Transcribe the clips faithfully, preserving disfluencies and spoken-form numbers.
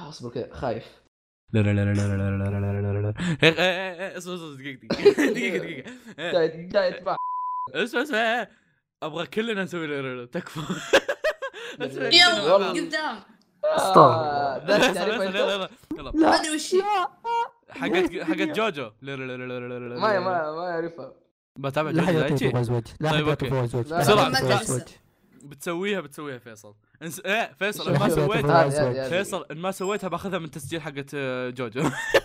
اصبر كذا خايف. لا لا لا لا لا لا لا لا لا لا لا اصبر اصبر دقيقة دقيقة دقيقة دقيقة جاي جاي تبع اسمع اسمع ابغى كلنا نسوي لا لا لا تكفى. يلا قدام آه، ده فيصل تعرف فيصل يلا انت يلا ما يلا ادري وش هي. حقت حقت جوجو لا لا لا لا لا لا ما ما ما يعرفها. بتابع لا جوجو حد دايتشي يعطيه زوج لا حد طيب، يعطيه أوكي. زوج لا، بسرعة. ما ادري بتسويها بتسويها فيصل انس... ايه فيصل شوف، إن ما شوف، سويتها هذه- هذه- هذه. فيصل ان ما سويتها باخذها من تسجيل حقت آه، جوجو.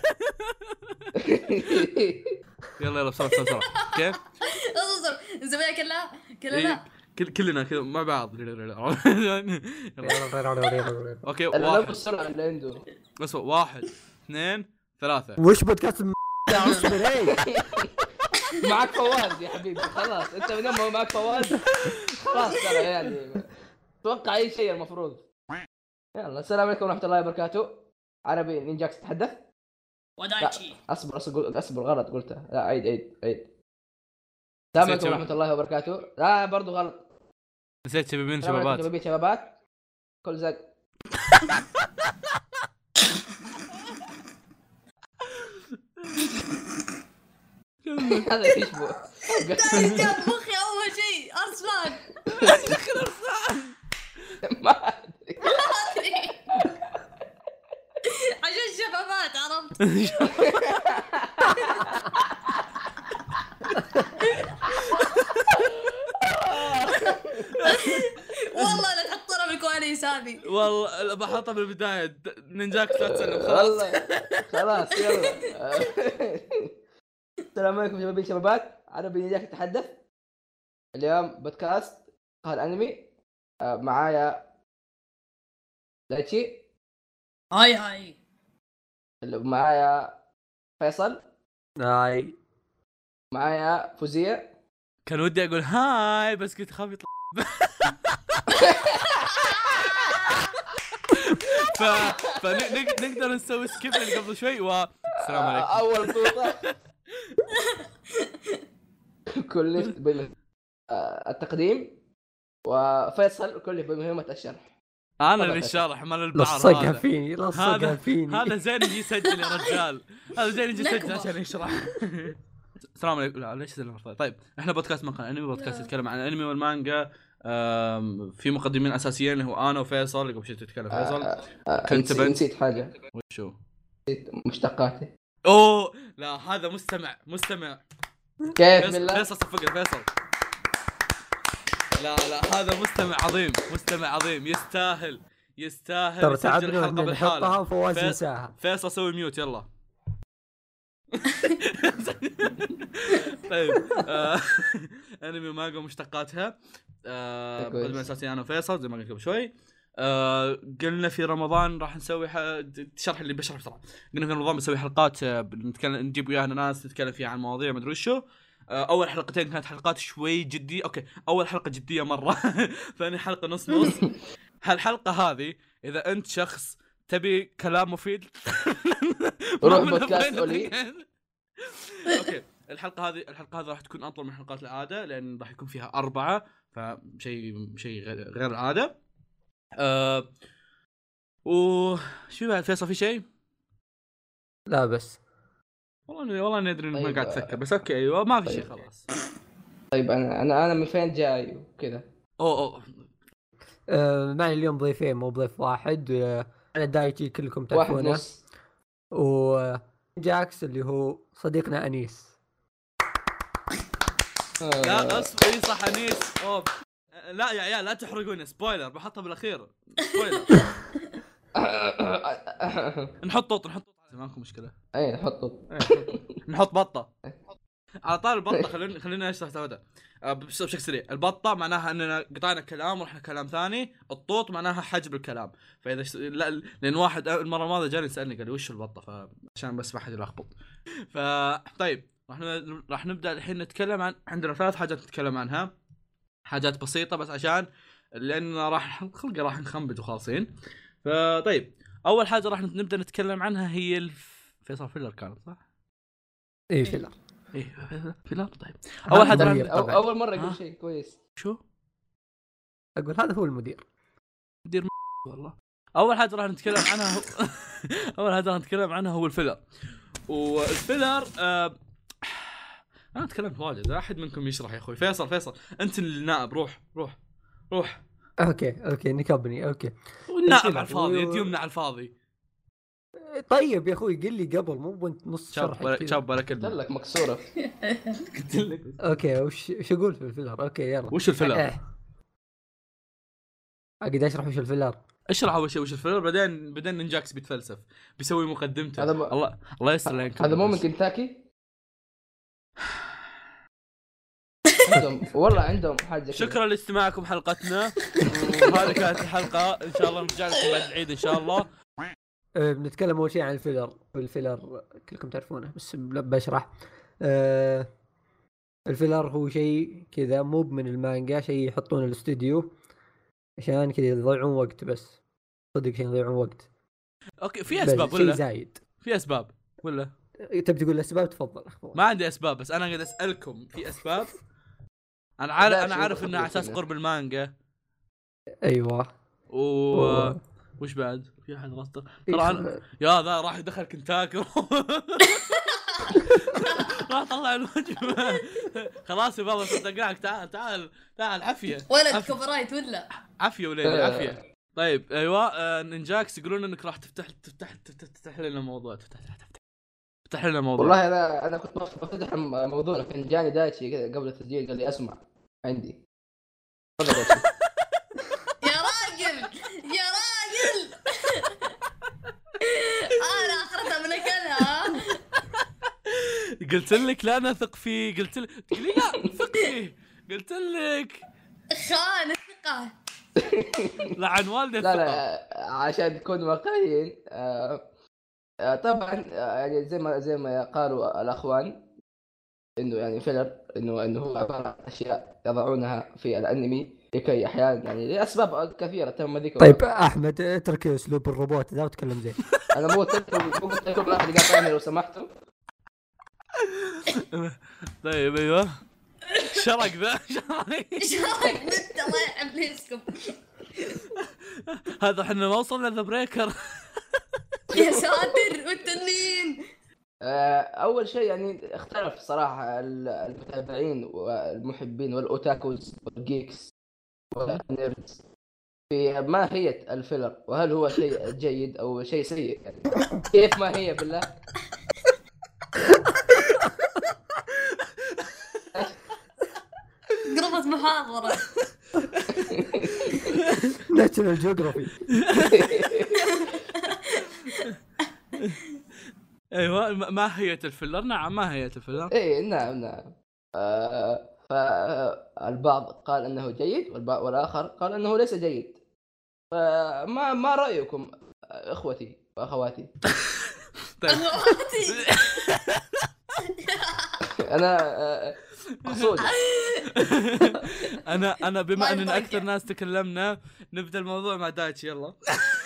يلا يلا بسرعة بسرعة كيف اصبر نسويها كلها كلنا إيه، كل كلنا كذا مع بعض. يلا. اوكي انا واحد السرعه اللي عنده. بس واحد اثنين ثلاثة. وش بودكاست م- اصبر ايه معك فواز يا حبيبي خلاص انت من يوم ما معك فواز خلاص ترى يعني توقع اي شيء المفروض. يلا السلام عليكم ورحمه الله وبركاته. عربي نينجاكس تتحدث. ودايتشي اصبر اصبر اصبر غلط قلتها. لا عيد عيد عيد. السلام عليكم ورحمه الله وبركاته. لا برضو غلط. نسيت شبابين السلام عليكم شبابات. شبابي شبابات كل زق. هذا ايش بو جاب مخي اول شيء ارسلان. ما ادري عشان الشبابات عرفت. والله لا تحطنا بالكواليس هذه. والله بحطها بالبداية نينجاك لا تسلم خلاص. والله خلاص يلا. السلام عليكم شبابي شبابات. عربي نينجاك يتحدث. اليوم بودكاست قهر انمي. آه، معايا دايتشي هاي هاي اللي معايا فيصل هاي معايا فوزية. كان ودي اقول هاي بس كنت خاف يطلع. ف فنقدر نسوي سكيب اللي قبل شوي والسلام عليكم. اول طوطة كلش بم... آه، التقديم وفيصل كله بمهمة الشرح. انا اللي شارح مال البعر لصقها هذا. فيني لصقها هذا فيني هذا زين يجي يسجل يا رجال. هذا زين يجي يسجل نكبة. عشان يشرح. السلام عليكم. لا ليش زين المرتضى. طيب احنا بودكاست مقال انمي بودكاست يتكلم عن الانمي والمانجا. آم، في مقدمين اساسيين اللي هو انا وفيصل اللي قبل شوي تتكلم فيصل. آه، كنت نسيت- بنت. نسيت حاجة. وشو مشتقاتي اوه لا هذا مستمع مستمع كيف فيصل بالله. فيصل صفق فيصل. لا لا هذا مستمع عظيم مستمع عظيم يستاهل يستاهل ترى يسجل تعبنا حلقة ان بالحالة. نحطها وفواز فيصل- ينساها. فيصل سوي ميوت يلا. طيب آه، انمي ومانجا ومشتقاتها. آه، كويس. مقدمة اساسية انا وفيصل زي ما قلت قبل شوي. آه، قلنا في رمضان راح نسوي ح... شرح اللي بشرح بسرعه. قلنا في رمضان بنسوي حلقات آه، بنتكلم نجيب ويانا ناس نتكلم فيها عن مواضيع ما ادري وشو. آه، اول حلقتين كانت حلقات شوي جديه. اوكي اول حلقه جديه مره. ثاني حلقه نص نص. هالحلقه هذه اذا انت شخص تبي كلام مفيد روح ما من بودكاست وين أولي. تتكلم. اوكي الحلقه هذه الحلقه هذه راح تكون اطول من حلقات العاده لان راح يكون فيها اربعه فشيء شيء غير غير العاده. أه وشو بعد فيصل في شيء؟ لا بس والله والله ندري انك ما طيب، قاعد تفكر بس اوكي ايوه ما في شيء خلاص. طيب انا انا انا من فين جاي وكذا. اوه اوه آه معي اليوم ضيفين مو ضيف واحد. آه انا دايتشي كلكم واحد تعرفونه. نص. وجاكس اللي هو صديقنا انيس. لا اصبر اي صح انيس. اوه لا يا عيال لا تحرقون سبويلر بحطها بالاخير سبويلر. نحط طوط نحط طوط ماكو مشكله. اي نحطه. نحط بطه على طار البطه. خلينا خلينا نشرح سودا بشكل سريع. البطه معناها اننا قطعنا كلام ورحنا كلام ثاني. الطوط معناها حجب الكلام. فاذا ش... لا لان واحد المره الماضيه جاني يسالني قال لي وش البطه فعشان بس ما حد يلخبط. ف طيب راح ن... راح نبدا الحين نتكلم عن عندنا ثلاث حاجات نتكلم عنها. حاجات بسيطه بس عشان لان راح خلقه راح نخنبج وخالصين. فطيب اول حاجه راح نبدا نتكلم عنها هي الف... فيصل فيلر كانت صح؟ ايه فيلر. ايه فيلر. طيب اول حاجه المدير راح... أو طبعاً. اول مره ها؟ اقول شيء كويس. شو؟ اقول هذا هو المدير. مدير م... والله اول حاجه راح نتكلم عنها هو... اول هذا نتكلم عنه هو الفيلر. والفيلر آه... انا تكلمت واجد، احد منكم يشرح يا اخوي. فيصل فيصل انت النائب، روح روح روح. اوكي اوكي نكبني اوكي. والنائب على الفاضي، يد يمنع على الفاضي. طيب يا اخوي قل لي قبل، مو وانت نص شرح شاب شاب ولا قلت كلمه. لك مكسوره. قلت لك اوكي وش وش اقول في الفيلر؟ اوكي يلا وش الفيلر؟ إيه. اقدر اشرح وش الفيلر؟ اشرح اول شيء وش الفيلر، بعدين بعدين نينجاكس بيتفلسف بيسوي مقدمته. هذا م... الله الله يستر لك. هذا مو من كنتاكي. عندهم والله عندهم حاجه. شكرا لاستماعكم حلقتنا، وهذه كانت الحلقه. ان شاء الله نرجع لكم بعد العيد ان شاء الله. أه بنتكلم اول شيء عن الفيلر. والفيلر كلكم تعرفونه بس بشرح. أه الفيلر هو شيء كذا مو من المانجا، شيء يحطونه الاستوديو عشان كذا يضيعون وقت. بس صدق شيء يضيعون وقت. اوكي في اسباب شيء ولا زايد؟ في اسباب ولا تبي تقول الاسباب؟ تفضل اخبار. ما عندي اسباب، بس انا قاعد اسالكم في اسباب. انا عارف انا عارف انها على اساس قرب المانجا. ايوه و و... وش بعد في احد غلط ترى أنا... يا ذا راح يدخل كنتاكي. راح طلع الوجبه. خلاص يا بابا صدقناك. تعال تعال تعال عافيه ولد كوبرايت ولا عافيه ولا عافيه. طيب ايوه آه نينجاكس يقولون انك راح تفتح تفتح تفتح, تفتح لنا موضوع. تفتح تفتح تفتح لنا موضوع. والله انا انا كنت بفتح موضوع، لكن جاني دايتشي قبل التسجيل قال لي اسمع عندي. يا راجل يا راجل. انا اخرتها من اكلها. قلت لك لا نثق فيه. قلت لك تقولي لا ثق فيه. قلت لك خان الثقة. لعن والدي لا الثقة. لا عشان نكون واقعيين. آه آه طبعا آه يعني زي ما زي ما قالوا الاخوان انه يعني فيلر انه انه هو عباره عن اشياء يضعونها في الانمي لكي احيانا يعني لاسباب كثيره تم ذكرها. طيب احمد اترك اسلوب الروبوت ذا وتكلم زين. انا مو قلت لكم مو قلت لكم لا قاطعني لو سمحتوا. طيب ايوه شرق ذا شرق. ايش رايك انت الله يحبسكم. هذا احنا ما وصلنا ذا بريكر. يا ساتر والتنين. اول شيء يعني اختلف صراحه المتابعين والمحبين والاوتاكوز والجيكس والنيردز في ماهيه الفيلر، وهل هو شيء جيد او شيء سيء يعني. كيف ما هي بالله. قربت محاضرة. ناشونال جيوغرافي. ايوه ماهية الفيلر. نعم ماهية الفيلر. ايه نعم نعم. آه فالبعض قال انه جيد والبعض والاخر قال انه ليس جيد. فما ما رايكم اخوتي واخواتي؟ اخواتي. انا مقصود. انا انا بما اننا اكثر ناس تكلمنا نبدا الموضوع مع دايتشي. يلا.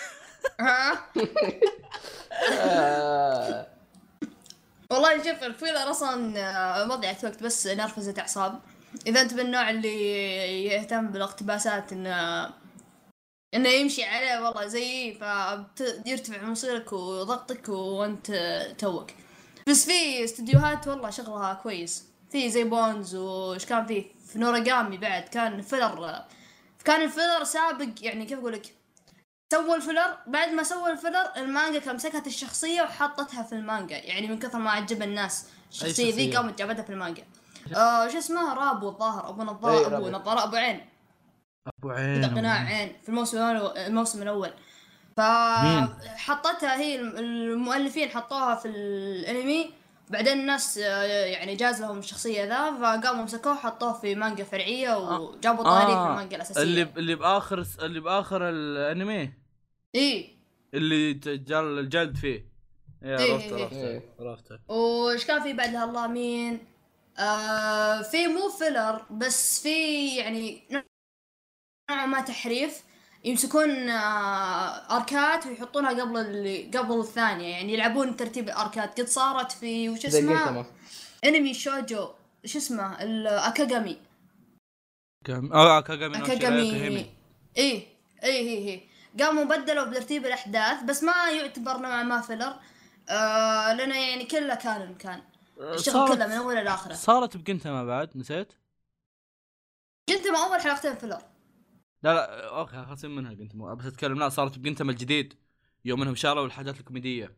والله شوف الفيلر اصلا مضيعة وقت بس نرفزة اعصاب. اذا انت من النوع اللي يهتم بالاقتباسات انه انه يمشي عليه والله زيي فيرتفع مصيرك وضغطك وانت توك. بس في استديوهات والله شغلها كويس، في زي بونز وش كان فيه في نوراغامي بعد كان فيلر. كان الفيلر سابق يعني كيف اقولك، سووا الفيلر بعد ما سووا الفيلر المانجا كان مسكت الشخصيه وحطتها في المانجا، يعني من كثر ما عجب الناس الشخصيه ذي قامت جابتها في المانجا. آه شو اسمه رابو الظاهر ابو نظاره ابو نظاره ابو عين ابو عين قناع عين في الموسم الاول الموسم الاول فحطتها هي المؤلفين حطوها في الانمي. بعدين الناس يعني جاز لهم الشخصيه ذا فقاموا مسكوه حطوه في مانجا فرعيه وجابوا طاري آه. في المانجا الاساسيه اللي اللي باخر اللي باخر الانمي ايه اللي جال الجلد فيه. إيه عرفت عرفت عرفت. وش كان في بعد الله مين آه في مو فيلر بس في يعني نوع ما تحريف، يمسكون آه اركات ويحطونها قبل اللي قبل الثانيه، يعني يلعبون ترتيب الاركات. قد صارت في وش اسمه انمي شوجو ايش اسمه الاكاغامي كم اه اكاغامي اكاغامي ايه ايه ايه ايه قاموا بدلوا بترتيب الاحداث، بس ما يعتبر نوعا ما فيلر، آه لانه يعني كله كان كان الشغل كله من اول لاخره. صارت بقنتما بعد نسيت كنت ما اول حلقتين فيلر. لا لا اوكي خلصين منها قنتما، بس اتكلم لا صارت بقنتما الجديد يوم انهم شالوا الحاجات الكوميديه.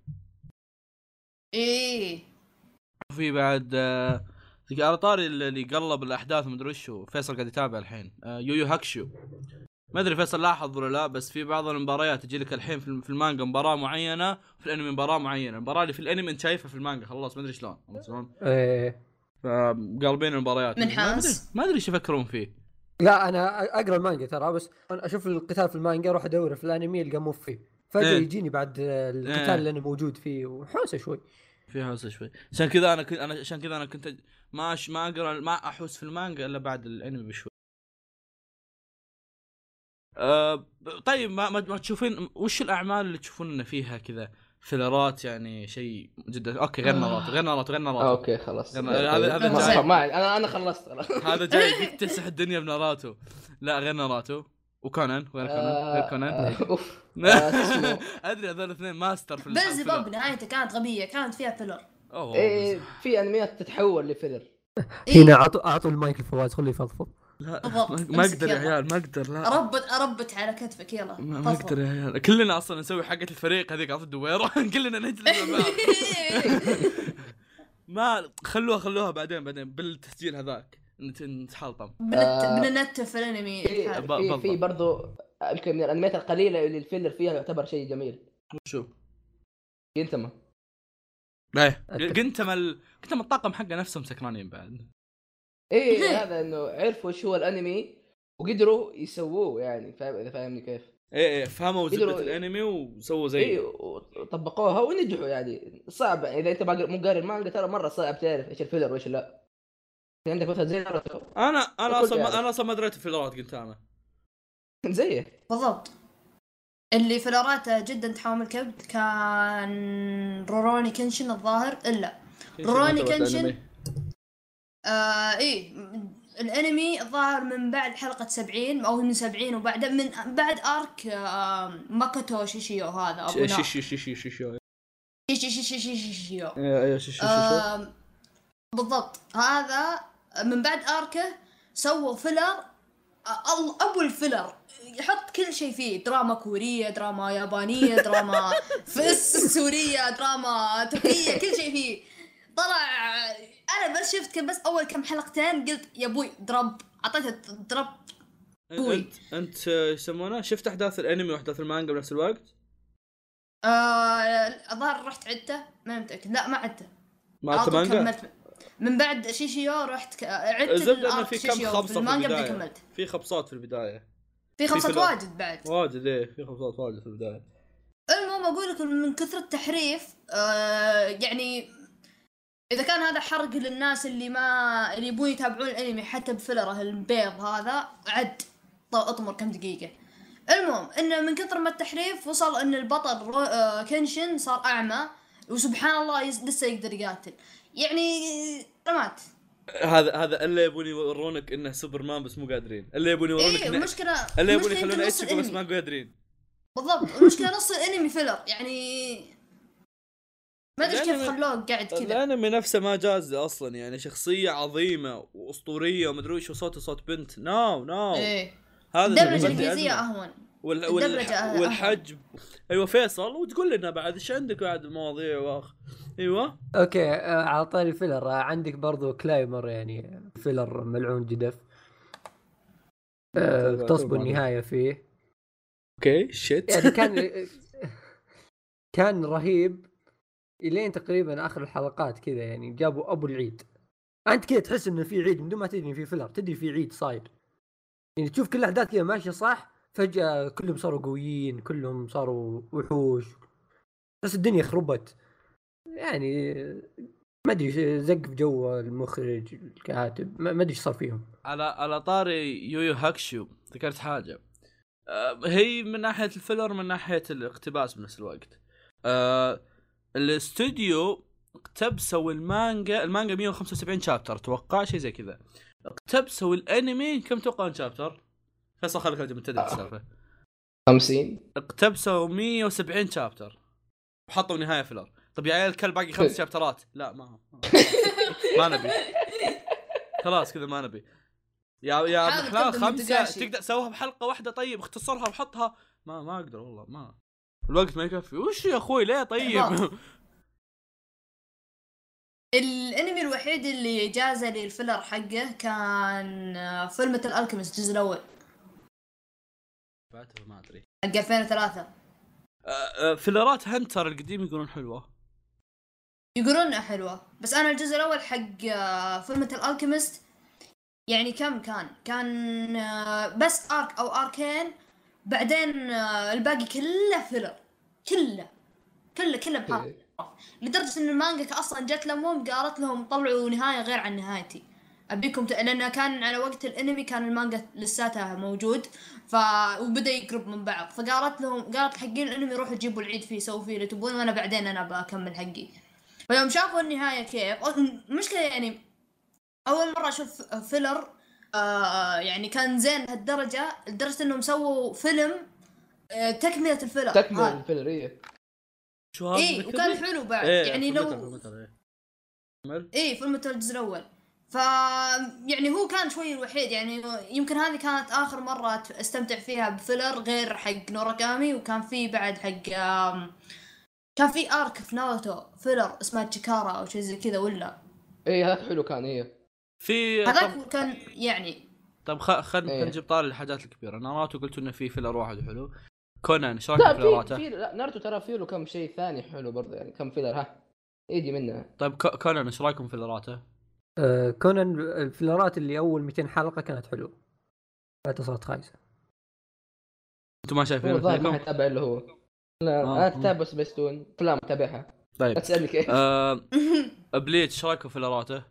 ايه في بعد آه، على طاري اللي قلب الاحداث مدري وشو، فيصل قاعد يتابع الحين آه، يويو هاكشو. ما ادري فيصل لاحظ ولا لا، بس في بعض المباريات تجي لك الحين في المانجا مباراه معينه، في الانمي مباراه معينه. المباراه اللي في الانمي انت شايفها في المانجا خلاص، ما ادري شلون شلون ايه قالبين المباريات من ما ادري حاس ما ادري ايش يفكرون فيه. لا انا اقرا المانجا ترى، بس انا اشوف القتال في المانجا اروح ادور في الانمي القى مو فيه، فجاه إيه. يجيني بعد القتال إيه. اللي انا موجود فيه وحوسه شوي. في حوسه شوي، عشان كذا انا كنت انا عشان كذا انا كنت ما أش... ما اقرا ما احوس في المانجا الا بعد الانمي بشوي. أه طيب ما ما تشوفين وش الاعمال اللي تشوفون ان فيها كذا فيلرات يعني شيء جدا اوكي غير ناراته غير ناراته غير ناراته اوكي خلاص هذا هذا ما جاي ما انا انا خلصت خلاص. هذا جاي يكتسح الدنيا بناراته. لا غير ناراته وكونان غير كونان غير كونان اوف اسمه ادري هذول الاثنين ماستر في بلزي باب نهايته كانت غبيه، كانت فيها فيلر. اوه ايه في انميات تتحول لفيلر. هنا اعطوا اعطوا المايك الفواز خليه يفضفض. لا بالضبط. ما ما امسك اقدر يا يلا. عيال ما اقدر لا اربط اربط على كتفك يلا. ما ما اقدر يا عيال. كلنا اصلا نسوي حقه الفريق هذيك عرفت الدويره كلنا نجلس مع بعض. ما خلوها خلوها بعدين بعدين بالتسجيل هذاك نتحلطم بنت بننت في الانمي في الحالي. في, في برضو يمكن من الانميات القليله اللي الفيلر فيها يعتبر شيء جميل. شو جنتما ايه قنتما ال... قنتما الطاقم حقه نفسهم سكرانين بعد. ايه هذا انه عرفوا ايش هو الانمي وقدروا يسووه يعني فاهم اذا فاهمني كيف. ايه ايه فهموا زبده قدروا- الانمي وسووا زي ايه وطبقوها ونجحوا يعني. صعب يعني اذا انت باقي مو قاري المانجا ترى مره صعب تعرف ايش الفيلر وايش لا. في عندك مثلا زي ناروتو انا انا كل اصلا تعرف. ما... انا اصلا ما دريت في فيلرات قنتامه. زيه بالضبط. اللي فلراته جدا تحامل كبد كان روروني كنشن الظاهر الا روروني كنشن. آه ايه الانمي الظاهر من بعد حلقة سبعين او من سبعين وبعد من بعد ارك آه ماكوتو شيشيو هذا ابو نار شيشي شيشي شيشي شيشيو ايه شيشي آه بالضبط. هذا من بعد اركه سووا فيلر آه ابو الفيلر يحط كل شيء فيه، دراما كورية دراما يابانية دراما فس سورية دراما تركية كل شيء فيه طلع. انا بس شفت بس اول كم حلقتين قلت يا ابوي درب اعطيته درب بوي. انت انت يسمونه شفت احداث الانمي واحداث المانجا بنفس الوقت؟ آه الظاهر رحت عدته ما متأكد. لا ما عدته ما انت مانجا من بعد شيشيو رحت ك... عدت الزبده انه الارك في كم شيشيو خبصه في المانجا بدي البدايه كملت. في خبصات في البدايه في خمسة فيلر. واجد بعد واجد ايه في خبصات واجد في البدايه. المهم اقول لك من كثر التحريف آه يعني اذا كان هذا حرق للناس اللي ما اللي يبون يتابعون الانمي حتى بفلره البيض هذا عد اطمر كم دقيقه. المهم انه من كثر ما التحريف وصل ان البطل آه كنشن صار اعمى وسبحان الله يس... لسه يقدر يقاتل يعني رمات. هذا هذا اللي يبون يورونك انه سوبرمان بس مو قادرين، اللي يبون يورونك إيه إنه المشكله اللي يبون المشكلة يخلونه يمكن نص اتشكو بس الأنمي. ما قادرين. بالضبط المشكله نص الانمي فيلر يعني ما ادري كيف الأنمي- خلوه قاعد كذا. الانمي نفسه ما جاز اصلا يعني شخصيه عظيمه واسطوريه ومدري ايش وصوته صوت بنت نو نو ايه هذا الدبلجه اللي الانجليزيه أدنى. اهون. وال... الدبلجة والح... أهون. والحجب ايوه فيصل وتقول لنا بعد ايش عندك بعد مواضيع واخ. ايوه اوكي آه، على طاري فيلر آه، عندك برضو كلايمر يعني فيلر ملعون جدف آه، تصبوا النهايه فيه اوكي شيت يعني كان كان رهيب الين تقريبا اخر الحلقات كذا يعني جابوا ابو العيد. انت كذا تحس انه في عيد من دون ما تدري إن في فيلر، تدري في عيد صاير يعني تشوف كل الاحداث كذا ماشيه صح فجاه كلهم صاروا قويين كلهم صاروا وحوش بس الدنيا خربت يعني ما ادري زق في جو المخرج الكاتب ما ادري ايش صار فيهم. على على طاري يويو هاكشو ذكرت حاجه أه هي من ناحيه الفيلر من ناحيه الاقتباس بنفس الوقت. أه الاستوديو اقتبسوا المانجا المانجا مية وخمسة وسبعين شابتر اتوقع شيء زي كذا. اقتبسوا الانمي كم توقعون شابتر؟ فيصل خليك انت متدرب السالفه. خمسين اقتبسوا مية وسبعين شابتر وحطوا نهايه فيلر. طب يا عيال الكلب باقي خمس شابترات. لا ما ما نبي خلاص كذا ما نبي يا يا عبد الحلال. خمسه تقدر تسويها بحلقه واحده. طيب اختصرها وحطها. ما ما اقدر والله ما الوقت ما يكفي. وش يا اخوي ليه طيب؟ الانمي الوحيد اللي جاز لي الفيلر حقه كان فيلم الالكيميست الجزء الاول ما ادري حق ألفين وثلاثة. فيلرات هنتر القديم يقولون حلوه. يقولون انها حلوه بس انا الجزء الاول حق فيلم الالكيميست يعني كم كان كان بس ارك او اركين بعدين الباقي كله فيلر كله كله كله بحر. لدرجة ان المانجا اصلا جت لهم قالت لهم طلعوا نهاية غير عن نهايتي ابيكم ت... لانها كان على وقت الانمي كان المانجا لساتها موجود ف وبدا يقرب من بعض فقالت لهم قالت حقين الانمي روحوا جيبوا العيد فيه سووا فيه اللي تبون وانا بعدين انا بكمل حقي. فيوم شافوا النهاية كيف مشكلة يعني اول مرة اشوف فيلر آه يعني كان زين هالدرجة لدرجة انهم سووا فيلم آه تكملة الفيلر تكملة الفيلر ايه شو هذا ايه وكان حلو بعد إيه يعني لو ايه, إيه فيلم الجزء الاول ف يعني هو كان شوي الوحيد يعني يمكن هذه كانت اخر مرة استمتع فيها بفيلر غير حق نوراكامي. وكان في بعد حق كان في ارك في ناروتو فيلر اسمه تشيكارا او شيء زي كذا ولا ايه هذاك حلو كان ايه في هذاك كان يعني. طب خلينا إيه. نجيب طاري الحاجات الكبيره. ناروتو قلت انه في فيلر واحد حلو. كونان ايش رايك في فيلراته؟ في لا ناروتو ترى فيه له كم شيء ثاني حلو برضه يعني كم فيلر ها يجي منه. طيب كونان ايش رايكم في فيلراته؟ آه كونان الفيلرات اللي اول مئتين حلقه كانت حلوه بعد صارت خايسه. انتم ما شايفين فيكم؟ ما حتابع اللي هو لا آه. انا اتابع سبيستون فلان متابعها. طيب تسالني كيف؟ آه... بليتش ايش رايكم في فيلراته؟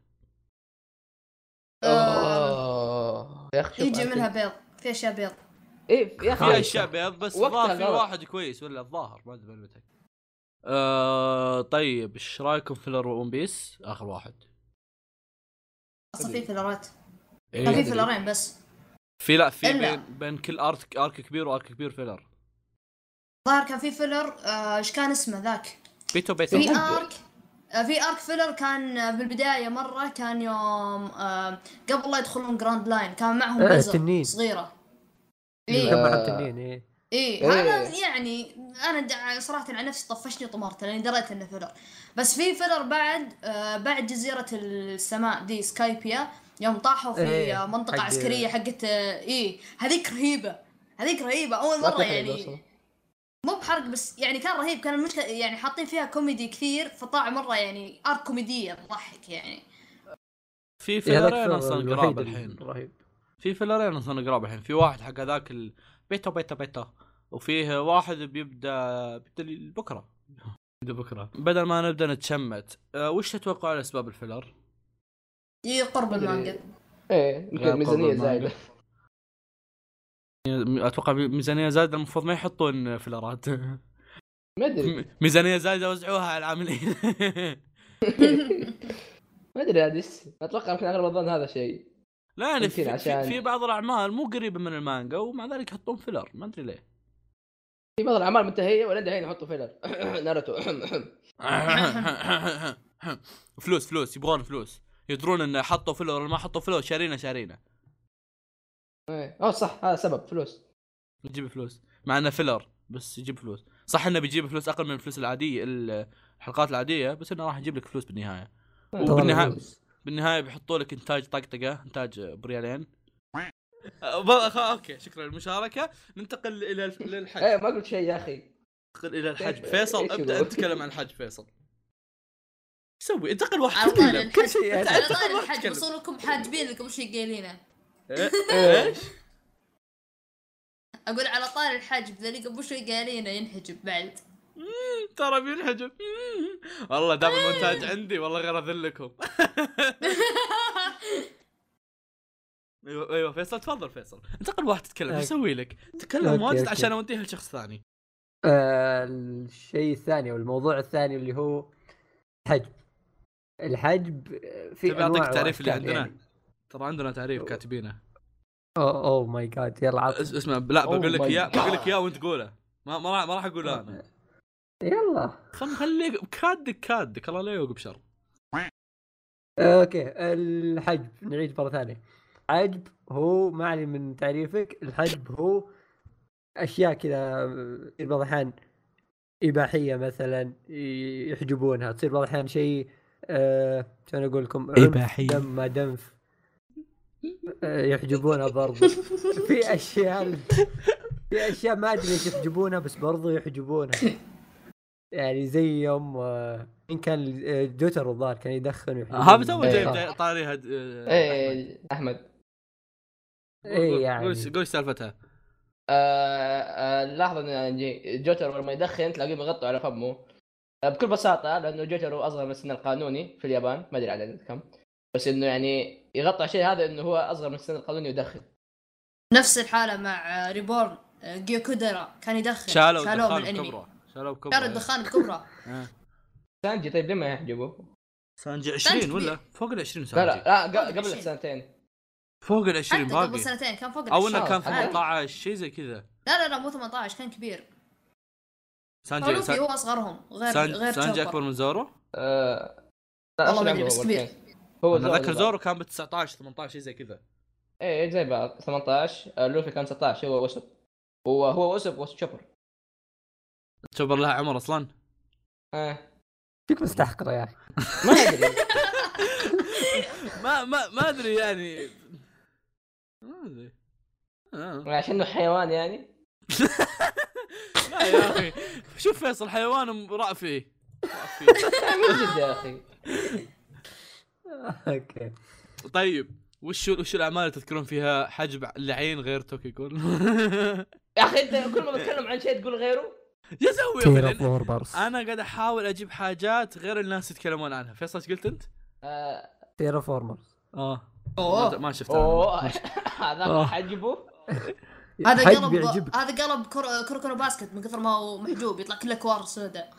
اوه يا اخي يجي منها بيض في اشياء بيض. ايه يا اخي في اشياء بيض بس الظاهر في غلط. واحد كويس ولا الظاهر ما ادري معلومتك. آه... طيب ايش رايكم في فيلر ون بيس اخر واحد؟ اصلا في فيلرات إيه كان في فيلرين بس في لا في بين, بين كل ارك ارك كبير وارك كبير فيلر. ظاهر كان في فيلر ايش آه كان اسمه ذاك بيتو بيتو في ارك آه في ارك فيلر كان بالبدايه مره كان يوم آه قبل لا يدخلون جراند لاين كان معهم آه بزر صغيره. ايه كان معهم تنين ايه ايه هذا يعني انا صراحه على نفسي طفشني وطمرت لاني دريت انه فيلر. بس في فيلر بعد آه بعد جزيره السماء دي سكايبيا يوم طاحوا في إيه منطقه حق عسكريه حقت ايه هذيك رهيبه هذيك رهيبه اول مره يعني مو بحرق بس يعني كان رهيب. كان المشكله يعني حاطين فيها كوميدي كثير فطلع مره يعني ارك كوميديه تضحك يعني. في فيلرين اصلا قراب الحين رهيب. في فيلرين اصلا قراب الحين. في واحد حق هذاك البيتا بيتا بيتا وفيه واحد بيبدا بيبدا بكره بيبدا بكره. بدل ما نبدا نتشمت أه وش تتوقع على اسباب الفيلر؟ يقرب المانجا. ايه يمكن ميزانيه زايده. اتوقع ميزانيه زايده المفروض ما يحطون فيلرات. ما ادري ميزانيه زايده وزعوها على العاملين. ما ادري هذا اتوقع يمكن اغلب الظن هذا شيء. لا يعني في, عشان... في بعض الاعمال مو قريبه من المانجا ومع ذلك يحطون فيلر ما ادري ليه. في بعض الاعمال منتهيه ولا الحين يحطوا فيلر. ناروتو فلوس فلوس يبغون فلوس يدرون ان حطوا فيلر ولا ما حطوا فيلر شارينا شارينا. ايه اه صح هذا سبب فلوس يجيب فلوس مع انه فيلر بس يجيب فلوس. صح انه بيجيب فلوس اقل من الفلوس العاديه الحلقات العاديه بس انه راح يجيب لك فلوس بالنهايه. وبالنهايه بالنهايه بيحطوا لك انتاج طقطقه انتاج بريالين. اوكي شكرا للمشاركه. ننتقل الى للحج. ايه ما قلت شيء يا اخي. ننتقل الى الحج. فيصل ابدا نتكلم عن الحج. فيصل سوي انتقل واحد على طاري الحج. شيء على طاري الحج وصلكم حاجبين لكم شيء قايلينه. ايش اقول على طاري الحج ذلك ابو شوي قايلينه ينحجب بعد. ترى بينحجب والله دام المونتاج عندي والله غير اذلكم. ايوه ايوه فيصل تفضل. فيصل انتقل واحد تتكلم ايش اسوي لك؟ تكلم واجد عشان اوديها لشخص ثاني. آه الشيء الثاني والموضوع الثاني اللي هو الحجب. الحجب في انواع. اعطيك تعريف اللي عندنا يعني. ترى عندنا تعريف كاتبينه. اوه اوه ماي جاد يلا عط اس- اسمع لا بقول لك Oh my اياه بقول لك God. اياه وانت تقوله ما ما راح ما راح اقول انا يلا. خل خليك كادك كادك الله لا يوقف شر. اوكي الحجب نعيد مره ثانيه. حجب هو ما علي من تعريفك. الحجب هو اشياء كذا تصير بعض الاحيان اباحيه مثلا يحجبونها، تصير بعض الاحيان شيء أه... شلون اقول لكم عنف إباحية. دم ما دنف أه... يحجبونها برضو. في اشياء في اشياء ما ادري ليش يحجبونها بس برضو يحجبونها. يعني زي يوم آه، ان كان آه، جوتر الظاهر كان يدخن ويحجبون هذا تو إيه. جايب طاريها د- آه، ايه احمد. قول- ايه قول- يعني قول قول سالفتها. آه آه لاحظ ان يعني جوتر لما يدخن تلاقيه مغطى على فمه آه بكل بساطه، لانه جوتر هو اصغر من السن القانوني في اليابان، ما ادري عدد كم، بس انه يعني يغطى على الشيء هذا انه هو اصغر من السن القانوني ويدخن. نفس الحالة مع ريبورن جيوكودرا كان يدخن شالوا شالوه الدخان من الانمي، بكبره شالوا بكبره شالوا الدخان الكبرى. آه. سانجي طيب لما يحجبه؟ سانجي عشرين سانجي ولا فوق ال عشرين لا سانجي؟ لا لا ق- فوق قبل العشرين. السنتين. فوق ال عشرين حتى باقي قبل سنتين كان فوق او انه العشرين. كان عادي. ثمانية عشر شيء زي كذا. لا لا لا مو ثمانية عشر كان كبير. سانجي لوفي سان- هو اصغرهم غير سان- غير سانجي تشوبر. اكبر من زورو. آه لا والله أصلاً ما أدري، عمره بس هو كبير. مرتين. هو انا ذكر زورو. زورو كان ب تسعة عشر ثمانية عشر شيء زي كذا. ايه زي بعض ثمانية عشر. آه لوفي كان ستة عشر هو وسب. هو هو وسب وشوبر. تشوبر لها عمر اصلا. آه. فيك مستحقره يا اخي. ما ادري. ما ما ما ادري يعني ما ادري آه. عشانه حيوان يعني. لا يا اخي شوف فيصل حيوان رأفي رأفي. من جد يا اخي. اوكي طيب وش وش الاعمال اللي تذكرون فيها حجب العين غير توكي جول؟ يا اخي انت كل ما بتكلم عن شيء تقول غيره. يا سوي تيرا يا أخي، فور بارس. انا قاعد احاول اجيب حاجات غير الناس يتكلمون عنها. فيصل ايش قلت انت؟ آه. تيرا فورمرز. اه أوه. ما- ما شفت اوه أنا. هذا آه. حجبه. هذا حجب قلب يعجبك. هذا قلب كر... كركونو باسكت من كثر ما هو محجوب يطلع كله كوار سوداء.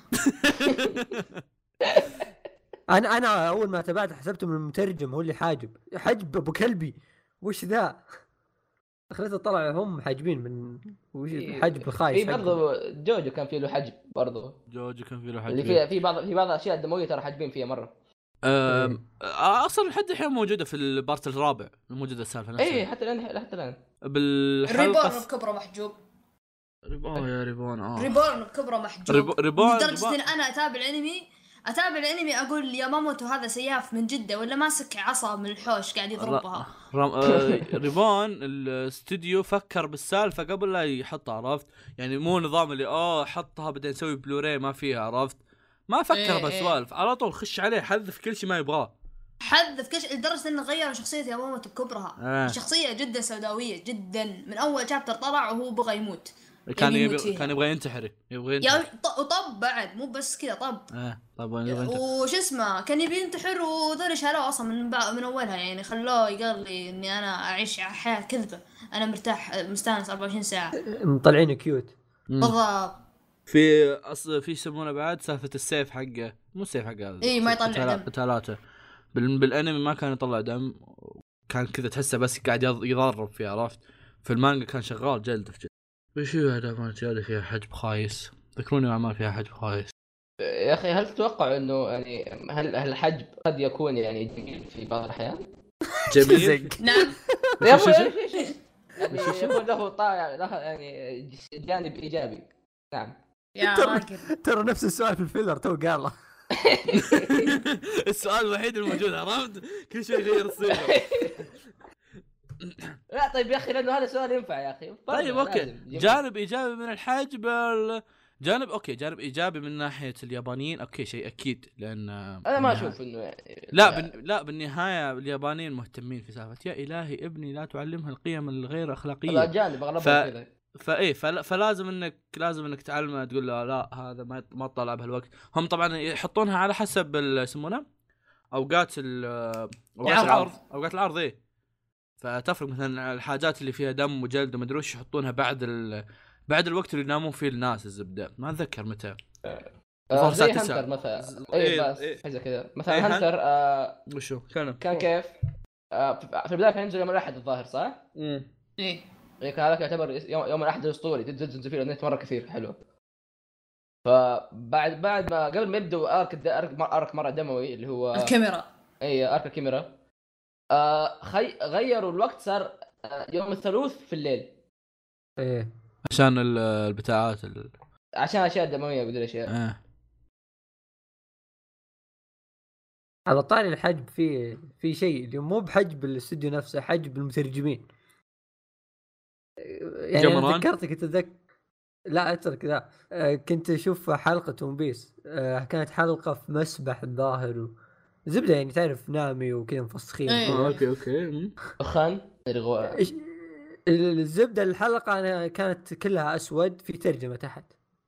انا انا اول ما تابعت حسبته من المترجم هو اللي حاجب. حجب ابو كلبي وش ذا؟ خليته طلع هم حاجبين من وش حجب الخايس. في برضه جوجو كان فيه له حجب برضه. جوجو كان في له حاجه اللي فيها في بعض في بعض الاشياء الدمويه ترى حاجبين فيها مره. أم... اصلا لحد الحين موجوده في البارت الرابع موجوده السالفه نفسها. ايه حتى الان حتى الان. بالحلقه ريبورن الث- بكبره محجوب. ريبون يا ريبون اه ريبورن بكبره محجوب. ريبو- ريبورن- لدرجه ريبورن- ان انا اتابع الانمي اتابع الانمي اقول يا ماموتو هذا سياف من جده ولا ماسك عصا من الحوش قاعد يضربها. رم... آه... ريبون الاستوديو فكر بالسالفه قبل لا يحطها عرفت يعني مو نظام اللي اه حطها بعدين نسوي بلوراي ما فيها عرفت ما فكر إيه بالسوالف على طول خش عليه حذف كل شيء ما يبغاه. حذف كش لدرجه انه غير شخصيه يا ماموتو بكبرها. آه. شخصيه جدا سوداويه جدا من اول شابتر طلع وهو بغى يموت. كان يبي يموت يبي... فيها. كان يبغى ينتحر يبغى يا ينتحر ط- وطب بعد مو بس كذا طب. اه طبعا يبغى ينتحر. وش اسمه كان يبي ينتحر وذول شالوه اصلا من بع- من اولها يعني خلوه يقال لي اني انا اعيش حياه كذبه انا مرتاح مستانس أربعة وعشرين ساعه. مطلعين كيوت. مم. بالضبط. في اصل في يسمونه بعد سالفه السيف حقه مو السيف حقه إيه، ما يطلع قتالا- دم. قتالاته بال... بالانمي ما كان يطلع دم كان كذا تحسه بس قاعد يض- يضرب فيه عرفت. في المانجا كان شغال جلد في جلد. وش هي اعمال زياده فيها حجب خايس؟ ذكروني اعمال فيها حجب خايس. يا اخي هل تتوقع انه يعني هل هل الحجب قد يكون يعني جميل في بعض الاحيان؟ جميل. نعم. يا شو- ابوي شو- ايش ايش يعني يكون له طا له يعني جانب ايجابي. نعم. يا ترى راجل ترى نفس السؤال في الفيلر تو قاله. السؤال الوحيد الموجود عرفت كل شيء يغير الصيغه. لا طيب يا اخي لانه هذا سؤال ينفع يا اخي. طيب اوكي لازم. جميل. جانب ايجابي من الحجب ال- جانب اوكي جانب ايجابي من ناحيه اليابانيين اوكي شيء اكيد لان انا ما اشوف انه يعني لا بن... لا بالنهايه اليابانيين مهتمين في سالفه يا الهي ابني لا تعلمها القيم الغير اخلاقيه. الاجانب اغلبهم ف- كذا. فايه فل... فلازم انك لازم انك تعلمه تقول له لا هذا ما ما تطلع بهالوقت. هم طبعا يحطونها على حسب ال- يسمونه اوقات ال... اوقات العرض. العرض اوقات العرض ايه فتفرق مثلا الحاجات اللي فيها دم وجلد وما ادري وش يحطونها بعد ال... بعد الوقت اللي ينامون فيه الناس الزبده ما اتذكر متى. آه، الظاهر زي الساعة تسعة. هنتر مثلا. ز- اي إيه، بس إيه. حاجه كذا مثلا إيه، هن- هنتر آه وشو كان كان كيف آه في البدايه كان ينزل يوم الاحد الظاهر صح؟ امم ايه يعني كان هذاك يعتبر يوم, يوم الاحد الاسطوري تنزل فيه النت مره كثير حلو. فبعد بعد ما قبل ما يبدوا ارك ارك, أرك مره دموي اللي هو الكاميرا. اي ارك الكاميرا، آه خي... غيروا الوقت صار آه يوم الثلاث في الليل ايه عشان ال- البتاعات ال... عشان اشياء دمويه وكذا اشياء. آه. على طاري الحجب في في شيء اللي مو بحجب الاستوديو نفسه، حجب المترجمين. يعني انا جمران؟ ذكرت كنت اتذكر، لا اترك ذا، آه، كنت اشوف حلقه ون بيس، آه، كانت حلقه في مسبح الظاهر و... زبده يعني تعرف نامي وكذا مفسخين. إيه. آه، اوكي اوكي. خان الغواء إيش الزبده الحلقه انا كانت كلها اسود في ترجمه تحت.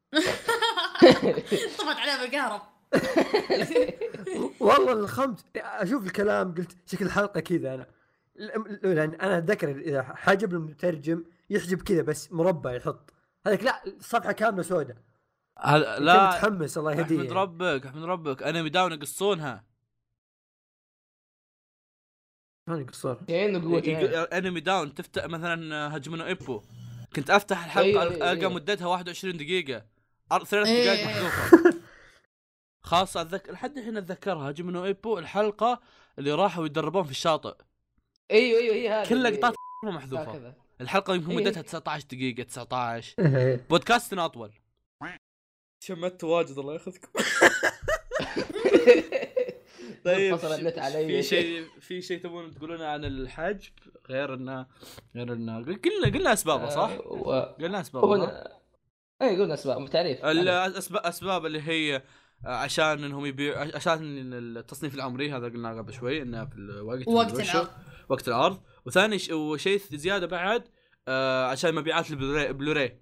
طفت عليها بالكهرب. والله الخمس اشوف الكلام قلت شكل الحلقه كذا انا، لان انا اتذكر اذا حجب المترجم يحجب كذا بس مربع يحط هذاك، لا الصفحه كامله سوداء. هذا لا لا متحمس الله يهديه. احمد ربك احمد ربك انمي داون يقصونها. شلون يقصون؟ كأنه قوة يق- انمي داون تفتح مثلا هجمنا ايبو، كنت افتح الحلقه أيوة، أيوة، القى أيوة. مدتها واحد وعشرين دقيقه، أر- ثلاث إيه. دقائق محذوفه. خاصه اتذكر لحد الحين اتذكرها هجمنا ايبو الحلقه اللي راحوا يتدربون في الشاطئ، ايوه ايوه هي هذه كل اللي- لقطات محذوفه. هكذا. الحلقه يمكن إيه. مدتها تسعة عشر دقيقه تسعة عشر. بودكاستنا اطول. شمت واجد الله ياخذكم. طيب فصل النت علي. في شيء في شيء تبون تقولونه عن الحجب غير انه غير انه قلنا قلنا اسبابه صح؟ آه، و... قلنا اسبابه. قلنا اي قلنا اسباب تعريف. الاسباب اسباب اللي هي عشان انهم يبيع عشان التصنيف العمري هذا قلنا قبل شوي انه في الوقت وقت الوش- العرض. وقت العرض. وثاني ش... وشيء زياده بعد آه عشان مبيعات البلوراي بلوراي.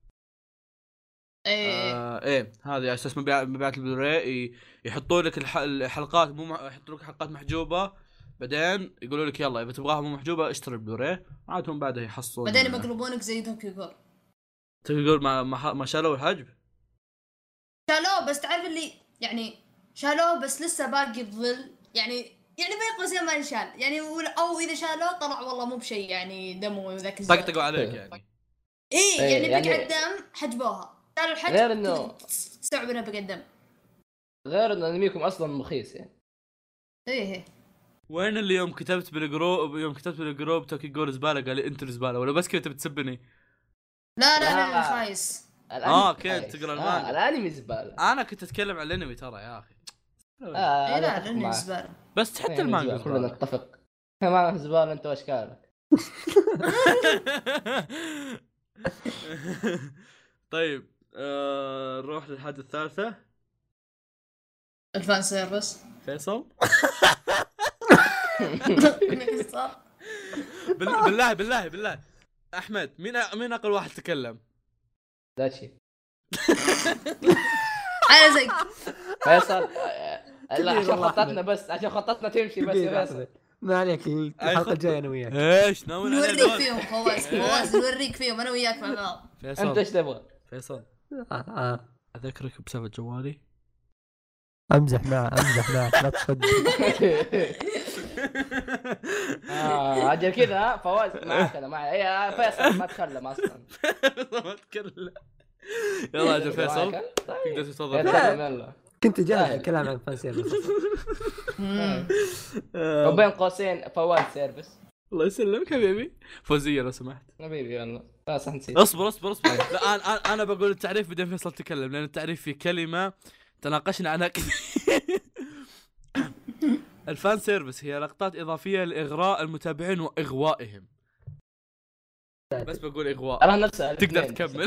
ايه آه ايه هذه على اساس مبيع- مبيعات البلوراي ي- يحطوا لك الح... الحلقات مو مع... يحطوا لك حلقات محجوبه، بعدين يقولوا لك يلا اذا تبغاها مو محجوبه اشتري البلوراي، عادهم بعدها يحصلون. بعدين يقلبونك زي توكيو جول. تقول ما ما, ما شالوا الحجب. شالوه بس تعرف اللي يعني شالوه بس لسه باقي الظل يعني يعني بين قوسين ما انشال يعني، او اذا شالوه طلع والله مو بشيء يعني دموي وذاك الزود. طقطقوا عليك يعني. ايه إيه، يعني يعني- بقع الدم حجبوها، شالوا الحجب غير إنه- تستوعب انه بقع الدم. غير ان انميكم اصلا مخيس يعني. ايه وين اللي يوم كتبت بالجروب يوم كتبت بالجروب توكي جول زباله قال لي انت الزباله ولا بس كذا تبي تسبني؟ لا لا لا, لا. لا خايس. الأنمي- آه، كنت آه، تقرا آه، المانجا. الانمي زباله. انا كنت اتكلم عن الانمي ترى يا اخي. آه ايه أنا لا أتفق لاني معك. زباله. بس حتى يعني المانجا زبالة، كلنا زبالة. نتفق. ما زباله انت واشكالك. طيب آه، نروح للحاجه الثالثه. الفان سيرفيس. فيصل صار. بال- بالله بالله بالله احمد مين أ- مين اقل واحد تكلم؟ داتشي انا زيك. فيصل آه، لا كبير عشان والله خطتنا أحمد. بس عشان خطتنا تمشي بس كبير يا فيصل. أحمد. ما عليك الحلقه الجايه انا وياك. ايش ناويين على نوريك دول؟ فيهم فواز فواز نوريك فيهم انا وياك مع بعض. انت فيصل ايش تبغى؟ فيصل آه آه. اذكرك بسبب جوالي. امزح معه امزح معك لا تصدق. اه اجل كذا ها، فواز معك انا معي. اي فيصل ما تكلم اصلا. ما اتكلم. يلا اجل فيصل معك؟ طيب. تقدر يا تتفضل. تكلم يلا. كنت جاهز سهل. الكلام عن فان سيرفيس. مم. آه، وبين قوسين فواز سيرفيس. الله يسلمك حبيبي. فوزيه لو سمحت. حبيبي يلا لا صح نسيت. اصبر اصبر اصبر. لا انا انا أنا بقول التعريف بعدين فيصل تكلم لان التعريف في كلمه تناقشنا عنها كثير. الفان سيرفيس هي لقطات اضافيه لاغراء المتابعين واغوائهم. بس بقول اغواء ترى نفس تقدر الاثنين. تكمل.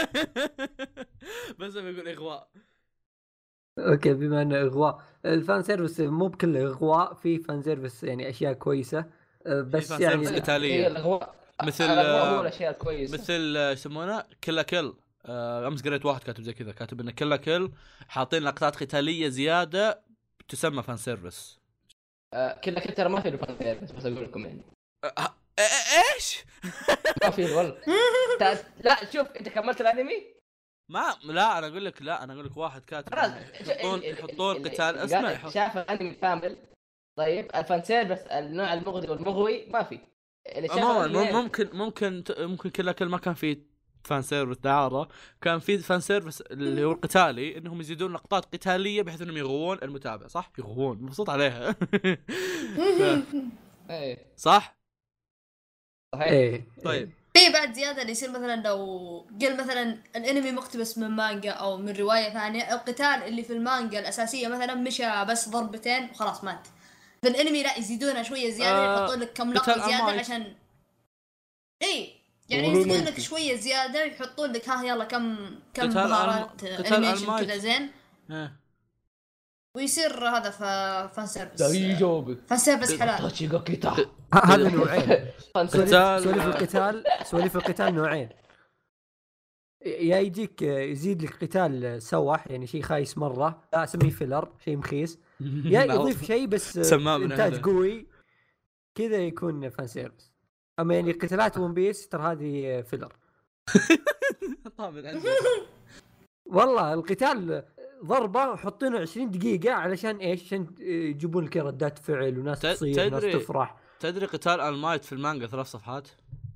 بس بقول اغواء. اوكي بما انه اغواء، الفان سيرفيس مو بكل اغواء، في فان سيرفيس يعني اشياء كويسه آه، بس فان يعني سيرفيس هي قتاليه الاغواء مثل- الاغواء هو الاشياء الكويسه. مثل آه، يسمونه كلا كل. آه، امس قريت واحد كاتب زي كذا، كاتب ان كلا كل حاطين لقطات قتاليه زياده تسمى فان سيرفيس. آه، كذا كذا ترى ما في له فان سيرفيس بس اقول لكم يعني آه، آه، آه، ايش؟ ما في له والله. تا- لا شوف انت كملت الانمي. ما لا انا اقول لك لا انا اقول لك واحد كاتب خلاص يحطون يحطون قتال اسمع اسمع يحط- شاف الانمي كامل. طيب الفان سيرفيس النوع المغري والمغوي ما في. اللي شاف عموما الأنمي- ممكن ممكن ممكن كل كل ما كان في فان سيرفيس دعاره، كان في فان سيرفيس اللي هو القتالي، انهم يزيدون لقطات قتاليه بحيث انهم يغوون المتابع. صح يغوون، مبسوط عليها. ف... ايه صح. صحيح. ايه طيب في بعد زيادة اللي يصير مثلا لو قل مثلا الانمي مقتبس من مانجا او من رواية ثانية، القتال اللي في المانجا الاساسية مثلا مشى بس ضربتين وخلاص مات، في الانمي لا يزيدونها شوية زيادة، آه، يحطون لك كم قتال لقطة زيادة أمايت. عشان اي يعني والله يزيدون ما لك يمكن. شوية زيادة، يحطون لك ها يلا كم كم قتال مهارات ألم- قتال انيميشن ألمايت. كذا زين، إيه. ويصير هذا ف... فان سيرفيس دايجوبي فان سيرفيس حلال. تاتشيغا كيتا ه- هذا نوعين. فانسيرفيس. قتال- سوالف القتال سوالف القتال نوعين، يا يجيك يزيد لك قتال سوح يعني شيء خايس مره، لا اسميه فيلر شيء مخيس، يا يضيف شيء بس سماه من انتاج أهله. قوي كذا يكون فان سيرفيس. اما يعني قتالات ون بيس ترى هذه فيلر. طامن عندك. والله القتال ضربه حاطينه عشرين دقيقه علشان ايش؟ عشان يجيبون لك ردات فعل وناس ت- تصيح وناس تدري- تفرح. تدري قتال المايت في المانجا ثلاث صفحات.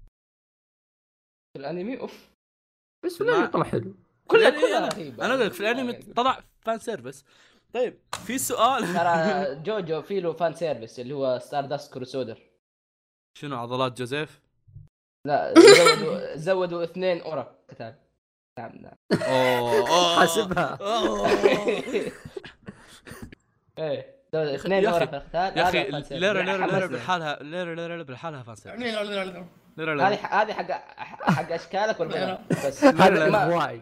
في الانمي اوف بس في ما- الانمي طلع حلو. كلها يعني كلها أنا- رهيبة. انا اقول لك في الانمي طلع فان سيرفيس. طيب في سؤال. ترى جوجو في له فان سيرفيس اللي هو ستار داست كروسودر. شنو عضلات جوزيف؟ لا زودوا زودوا اثنين اورا قتال. نعم نعم. اوه أوه. حاسبها. أوه. ايه زودوا اثنين يا أخي- اورا في القتال. يا اخي هذا فان سيرفيس. ليرة ليرة ليرة حمسني. بحالها، ليرة ليرة ليرة بحالها فان سيرفيس. ليرة هذه ليرة. هذه حق حق اشكالك والبنات بس. هذا ما- اغواي.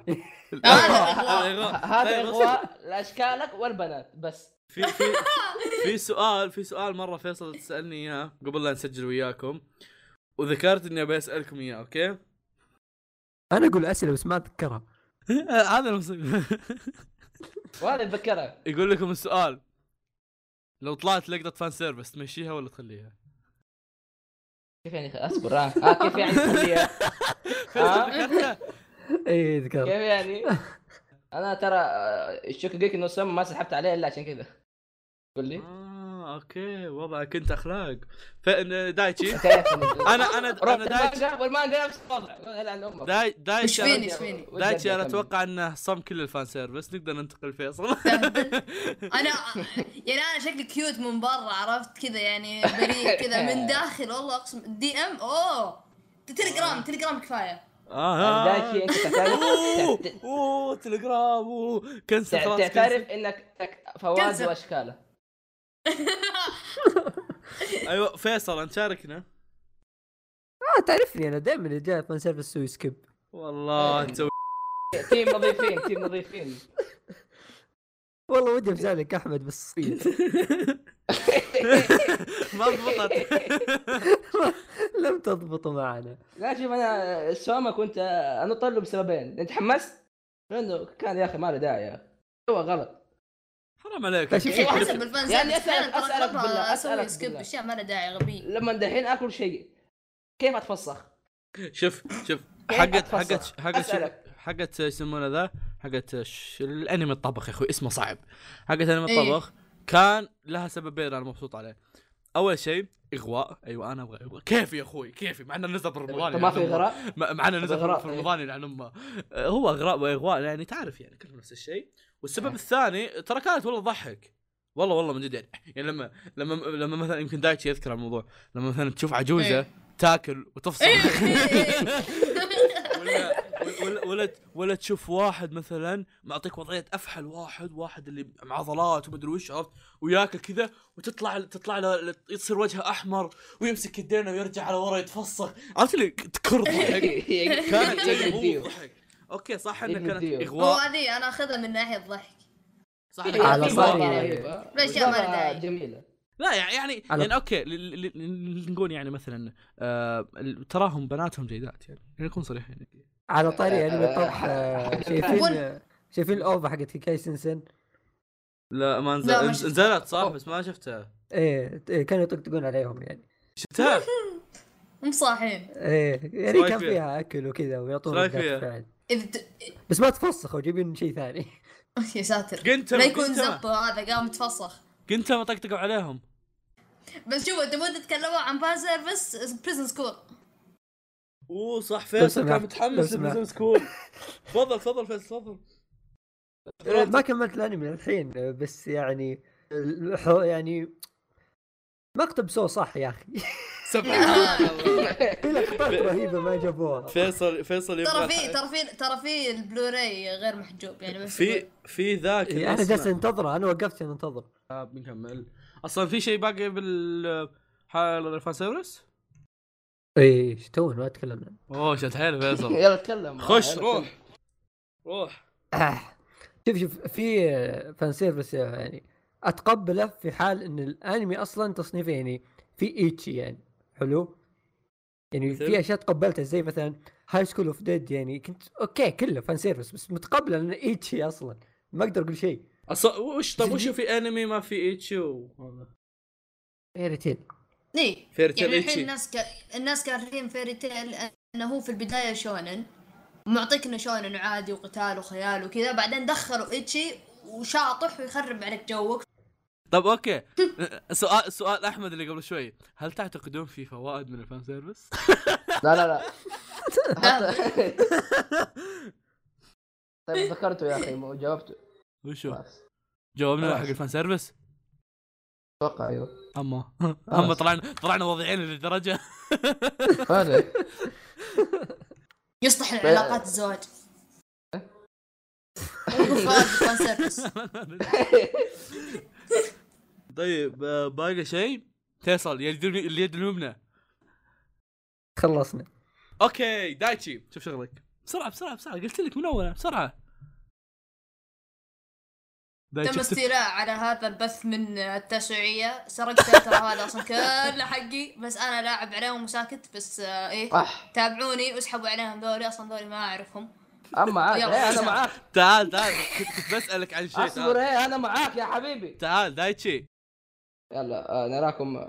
هذا اغواء لاشكالك والبنات بس. في في في سؤال في سؤال مره فيصل تسالني اياه قبل لا نسجل وياكم، وذكرت اني ابي اسالكم اياه. اوكي. انا اقول اسئله بس ما اتذكرها. هذا المصيبه. وهذا يتذكرها. يقول لكم السؤال: لو طلعت لقطه فان سيرفيس تمشيها ولا تخليها؟ كيف يعني اصبر اه آه، كيف يعني تخليها؟ آه؟ اي كيف ذكرت. يعني؟ انا ترى آه، الشوكوغيكي نو سم ما سحبت عليه الا عشان كذا. قول لي اه اوكي وضعك انت اخلاق. فان دايتشي كيف انا انا انا دايتشي المانجا والمانجا نفس الوضع. لا عن امك. داي ايش دايتشي فيني أنا- ايش فيني دايتشي انا اتوقع انه صم كل الفان سيرفيس. نقدر ننتقل فيصل. انا يعني انا شكلي كيوت من برا عرفت كذا يعني بريء كذا من داخل والله اقسم دي ام اوه تليجرام تليجرام كفايه. اه دايتشي انت تعترف اوه اوه تليجرام اوه كنسل خلاص تعترف كنسل. انك تك- فواز كنسل. واشكاله. ايوه فيصل انت شاركنا. اه تعرفني انا دائما اللي جاي فان سيرفيس اسوي سكيب. والله تسوي تيم نظيفين تيم نظيفين. والله ودي اسالك احمد بس صيد. ما ضبطت. لم تضبط معنا. لا شوف انا السؤال كنت انا طلب بسببين. انت حمست لانه كان يا اخي ما له داعي يا اخي. هو غلط. حرام عليك. لا، شوف- إيه، حسب الفان يعني سيرفيس أسألك- فعلا أسألك ترى بالله، اسوي أسألك سكيب بالله. اشياء ما لها داعي غبي. لما دحين اكل شيء كيف اتفسخ؟ شوف شوف كيف حقت أتفسخ؟ حقت حقت شوف- أسألك. حقت يسمونه ذا حقت ش- الانمي الطبخ يا اخوي اسمه صعب. حقت انمي إيه. الطبخ كان لها سببين انا مبسوط عليه. اول شيء اغواء. ايوه انا ابغى اغواء. كيف يا اخوي كيف مع انه نزل برمضان طب ما في غراء؟ معنا نزل إغراء، في رمضان يعني امه هو اغراء واغواء يعني تعرف يعني كلهم نفس الشيء. والسبب الثاني ترى كانت والله ضحك والله والله من جد يعني, يعني لما لما لما مثلا يمكن دايتشي يذكر الموضوع لما مثلا تشوف عجوزه إيه. تاكل وتفصل إيه. ولا ولا ولا ولا تشوف واحد مثلا معطيك وضعيه افحل واحد واحد اللي مع عضلات ومدري وش عرفت وياكل كذا وتطلع تطلع له يصير وجهه احمر ويمسك يدينه ويرجع على ورا يتفسخ عرفت اللي تكر ضحك. كانت شيء مو ضحك. اوكي صح انها كانت يديو. هو اغواء هذه انا اخذها من ناحيه ضحك. صح في- إنها على في كانت صاري- مرة إغواء. رهيبة. الأشياء ما لها وجابها داعي. جميلة. لا يعني يعني, على- يعني اوكي ل- ل- ل- نقول يعني مثلا آه تراهم بناتهم جيدات يعني نكون صريحين يعني. على طاري انمي آه، طبخ آه، شايفين شايفين الاوفا حقت هيكاي سنسن. لا ما لا، ما نزل شفتها. نزلت صح بس ما شفتها. ايه إيه، كانوا يطقطقون عليهم يعني. شفتها. هم صاحين. ايه يعني رأيك كان فيها؟ فيها اكل وكذا ويعطون رأيك ردات فيها؟ فعل اذا ت... بس ما تفسخوا جايبين شيء ثاني. يا ساتر قنتم لا يكون قنتم زبط هذا قام تفسخ. قنتم طقطقوا عليهم. بس شوفوا تبون تتكلموا عن فان سيرفيس بريزن سكول. اوه صح فيصل كان لو متحمس سمحت. لبزنس سكول. تفضل تفضل فيصل تفضل. ما كملت الانمي الحين بس يعني الح- يعني مكتب سو صح يا اخي. سبحان الله. في لقطات رهيبه ما جابوها. فيصل فيصل ترى يبغى في ترى في ترى في البلوراي غير محجوب يعني بس في في ذاك إيه، انا جالس انتظره، انا وقفت انتظر. آه، بنكمل. اصلا في شيء باقي بال حال الفان سيرفيس. ايه ايش تو ما تكلمنا. اوه شد حيل فيصل. يلا تكلم خش يلا روح تكلم. روح. آه. شوف شوف في فان سيرفيس يعني اتقبله في حال ان الانمي اصلا تصنيفه يعني في ايتشي يعني حلو. يعني مثل؟ في اشياء تقبلتها زي مثلا هاي سكول اوف ديد، يعني كنت اوكي كله فان سيرفيس بس متقبله لانه ايتشي اصلا ما اقدر اقول شيء. أص... وش طب وش في انمي ما في ايتشيو؟ فيري تيل ليه فيري تيل يعني الحين إيتشي. الناس ك... الناس كارهين فيري تيل انه هو في البدايه شونن ومعطيك انه شونن وعادي وقتال وخيال وكذا، بعدين دخلوا ايتشي وشاطح ويخرب عليك جوك. طب اوكي. سؤال سؤال احمد اللي قبل شوي، هل تعتقدون في فوائد من الفان سيرفيس؟ لا لا لا حتى- طيب ذكرته يا اخي مو جاوبته وشو خلاص. جاوبنا خلاص. حق الفان سيرفيس؟ اتوقع ايوه اما اما طلعنا طلعنا واضعين للدرجه. هذا يصلح العلاقات الزواج. فان سيرفيس. طيب آه، باقي شيء فيصل يد اليد اليمنى. خلصنا. اوكي دايتشي شوف شغلك بسرعه بسرعه بسرعه، قلت لك من اول بسرعه. تم دايتشي استيلاء على هذا البث من التسويعية، سرقته ترى هذا اصلا كله حقي بس انا لاعب عليهم وساكت بس آه ايه صح تابعوني واسحبوا عليهم ذولي، اصلا ذولي ما اعرفهم. اما معاك يلا، ايه انا سلام. معاك تعال تعال كنت كنت بسألك عن شيء. اصبر تعال ايه انا معاك يا حبيبي. تعال دايتشي يلا آه نراكم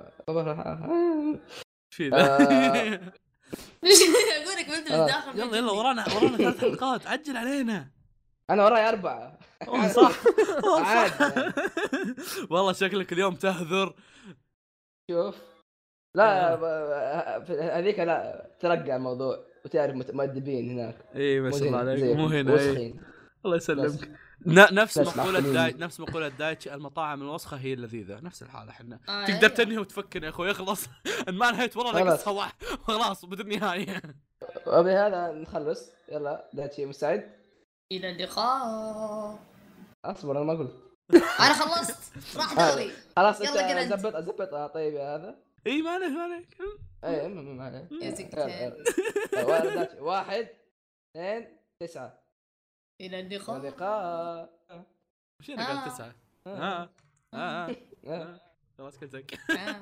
في آه. ذا. اقول لك انت آه. داخل يلا يلا ورانا ورانا ثلاث حلقات عجل علينا. انا وراي اربعه أوه، صح أوه، عادي صح. يعني. والله شكلك اليوم تهذر. شوف لا ب- في هذيك لا ترقع الموضوع وتعرف مت- مؤدبين هناك اي ما مو شاء الله هنا عليك زيكم، مو هنا إيه. وسخين. الله بس. يسلمك. ن- نفس بس مقولة معقولين. داي نفس مقولة دايتش، المطاعم الوسخة هي اللذيذة. نفس الحالة احنا. آه، تقدر أيوة. تنهي وتفكر يا اخوي اخلص. ان ما نهيت والله خلاص. قصة واحد خلاص بدون نهاية. وبهذا نخلص. يلا داتشي مستعد؟ الى اللقاء. اصبر انا ما قلت. انا خلصت راح دوري. خلاص يلا قل انت أنت. زبط زبط آه طيب يا هذا اي ما عليك ما عليك. اي ما ما عليه. يا يلا، زكتين. يلا. يلا، داتشي. واحد اثنين تسعة الى اللقاء. اللقاء. وش انا قلت آه. تسعة؟ اه اه آه. اه خلاص كنت زك. آه.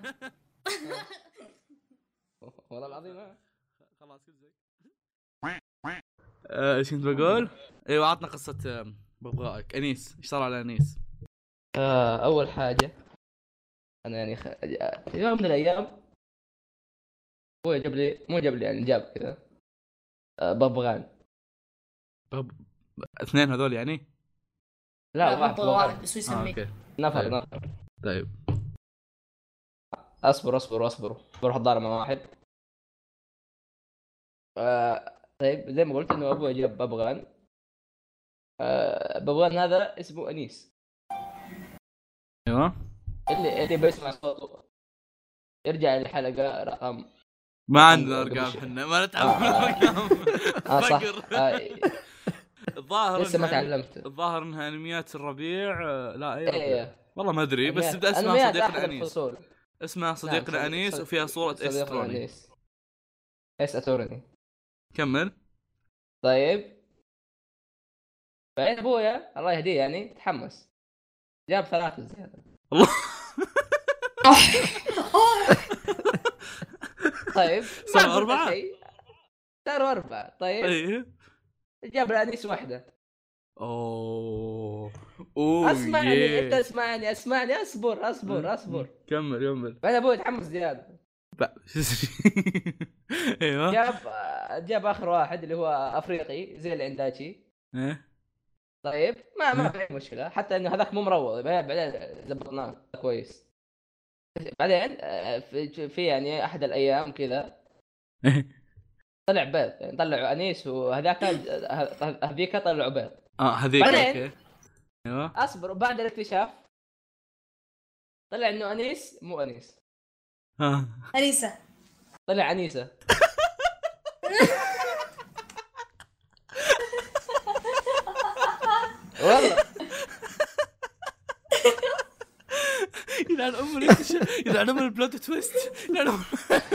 والله العظيم آه. خلاص كنت زك. آه، ايش كنت بقول؟ ايوه عطنا قصة آه، ببغائك انيس. ايش صار على انيس؟ آه، أول حاجة أنا يعني خ... في يوم من الأيام هو جاب لي مو جاب لي يعني جاب كذا آه، ببغان. بب... اثنين هذول يعني؟ لا لا واحد ببغى ببغان. واحد بس هو اه يسميه. اوكي نفر طيب. نفر. طيب أصبر أصبر أصبر بروح أتضارب مع واحد. آه، طيب زي ما قلت إنه أبوي جاب ببغان. آه، ببغان هذا اسمه أنيس ايوه اللي اللي بيسمع صوته يرجع الحلقة رقم ما عندنا قبل ارقام شوي. احنا ما نتعب آه. بالارقام. آه صح فقر. آه، الظاهر لسه ما إنها- تعلمت. الظاهر انها انميات الربيع. آه، لا اي ربيع إيه والله ما ادري بس أنميات- بدأ اسمها أنميات صديقنا آخر انيس. الفصول. اسمها نعم، صديقنا صديق- انيس صديق- وفيها صورة صديقنا استروني. أنيس. ايس اتورني. كمل. طيب بعدين ابويا الله يهديه يعني تحمس جاب ثلاثة زيادة. الله. طيب صاروا ما قلت أربعة؟ شيء. صاروا أربعة. طيب ايه جاب الأنيس واحدة. اوه اوه اسمعني يه. انت اسمعني اسمعني اصبر اصبر اصبر. كمل كمل. بعدين ابوي تحمس زيادة. ب- ايوه جاب جاب اخر واحد اللي هو افريقي زي اللي عند دايتشي. ايه طيب ما ما في مشكلة حتى انه هذاك مو مروض بعدين زبطناه كويس. بعدين آه، في في يعني احد الايام كذا طلع بيض، يعني طلعوا انيس وهذاك هذيك طلعوا بيض. اه هذيك بعدين- اوكي ايوه اصبر، وبعد الاكتشاف طلع انه انيس مو انيس، آه. أنيسة. طلع انيسه. والله يلعن ام الاكتشاف، يلعن ام البلوت تويست، يلعن ام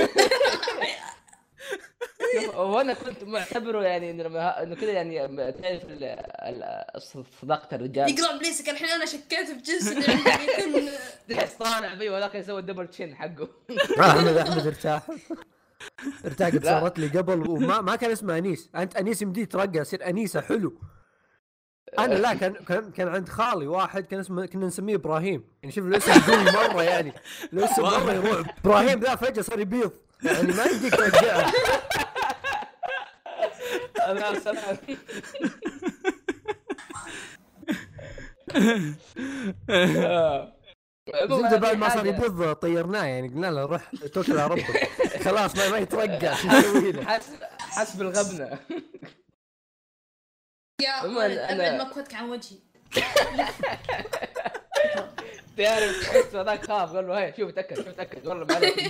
شوف، وانا كنت معتبره يعني انه لما انه كذا يعني تعرف ال- ال- صداقه الرجال يقرأ بليسك الحين أنا شكيت بجنس إنه عنده يكون تحس طالع فيه وذاك يسوي الدبل تشين حقه. احمد احمد ارتاح ارتاح. قد لا. صارت لي قبل وما ما كان اسمه انيس. انت انيس يمدي ترقى يصير انيسه حلو. انا لا، كان كان كان عند خالي واحد كان اسمه كنا نسميه ابراهيم، يعني شوف الاسم قوي مره، يعني الاسم مره يروع. ابراهيم ذا فجاه صار يبيض، يعني ما يمديك ترجعه. انا سلام. زبده بعد ما صار يبيض طيرناه، يعني قلنا له روح توكل على ربك خلاص ما ما يترقع. شو نسوي له؟ حس حس بالغبنه. يا عموماً أخوان أنا- أبعد ما كفتك عن وجهي. تعرف تحس هذاك خاف، قال له هاي شوف تاكد شوف تاكد والله ما عليك.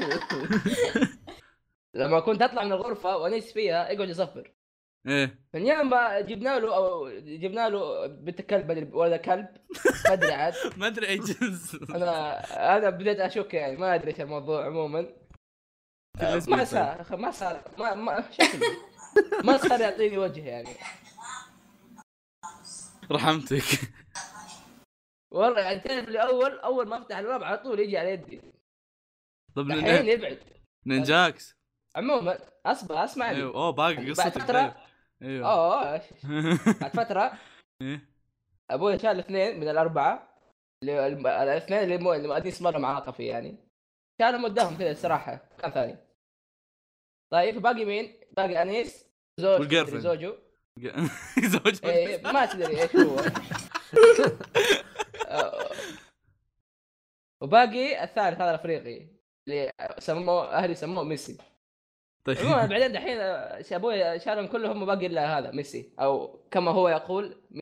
لما كنت اطلع من الغرفه وانيس فيها يقعد يصفر. ايه من يوم ما جبنا له او جبنا له بنت كلب مدري ولا كلب ما ادري عاد. ما ادري اي جنس انا انا بديت اشك يعني ما ادري ايش الموضوع. عموما بالنسبة ما لي صار ما صار ما ما شكله ما صار يعطيني وجه يعني. رحمتك. والله يعني تعرف اللي اول اول ما افتح الباب على طول يجي على يدي، طب الحين نن- يبعد. نينجاكس. عموما اصبر اسمعني. ايوه اوه باقي بعد قصتك. فترة- طيب. ايوه اوه بعد فتره إيه. ابوي شال اثنين من الاربعه اللي الم- الاثنين اللي مو اللي انيس مره معاقه فيه يعني، كانوا قدامهم كذا الصراحه كان ثاني. طيب باقي مين؟ باقي انيس زوج والجيرفريند. زوجه زوج. إيه ما تدري ايش هو. آه، وباقي الثالث هذا الافريقي اللي سموه اهلي سموه ميسي. عموما طيب بعدين دحين ابوي شالهم كلهم وباقي الا هذا ميسي، او كما هو يقول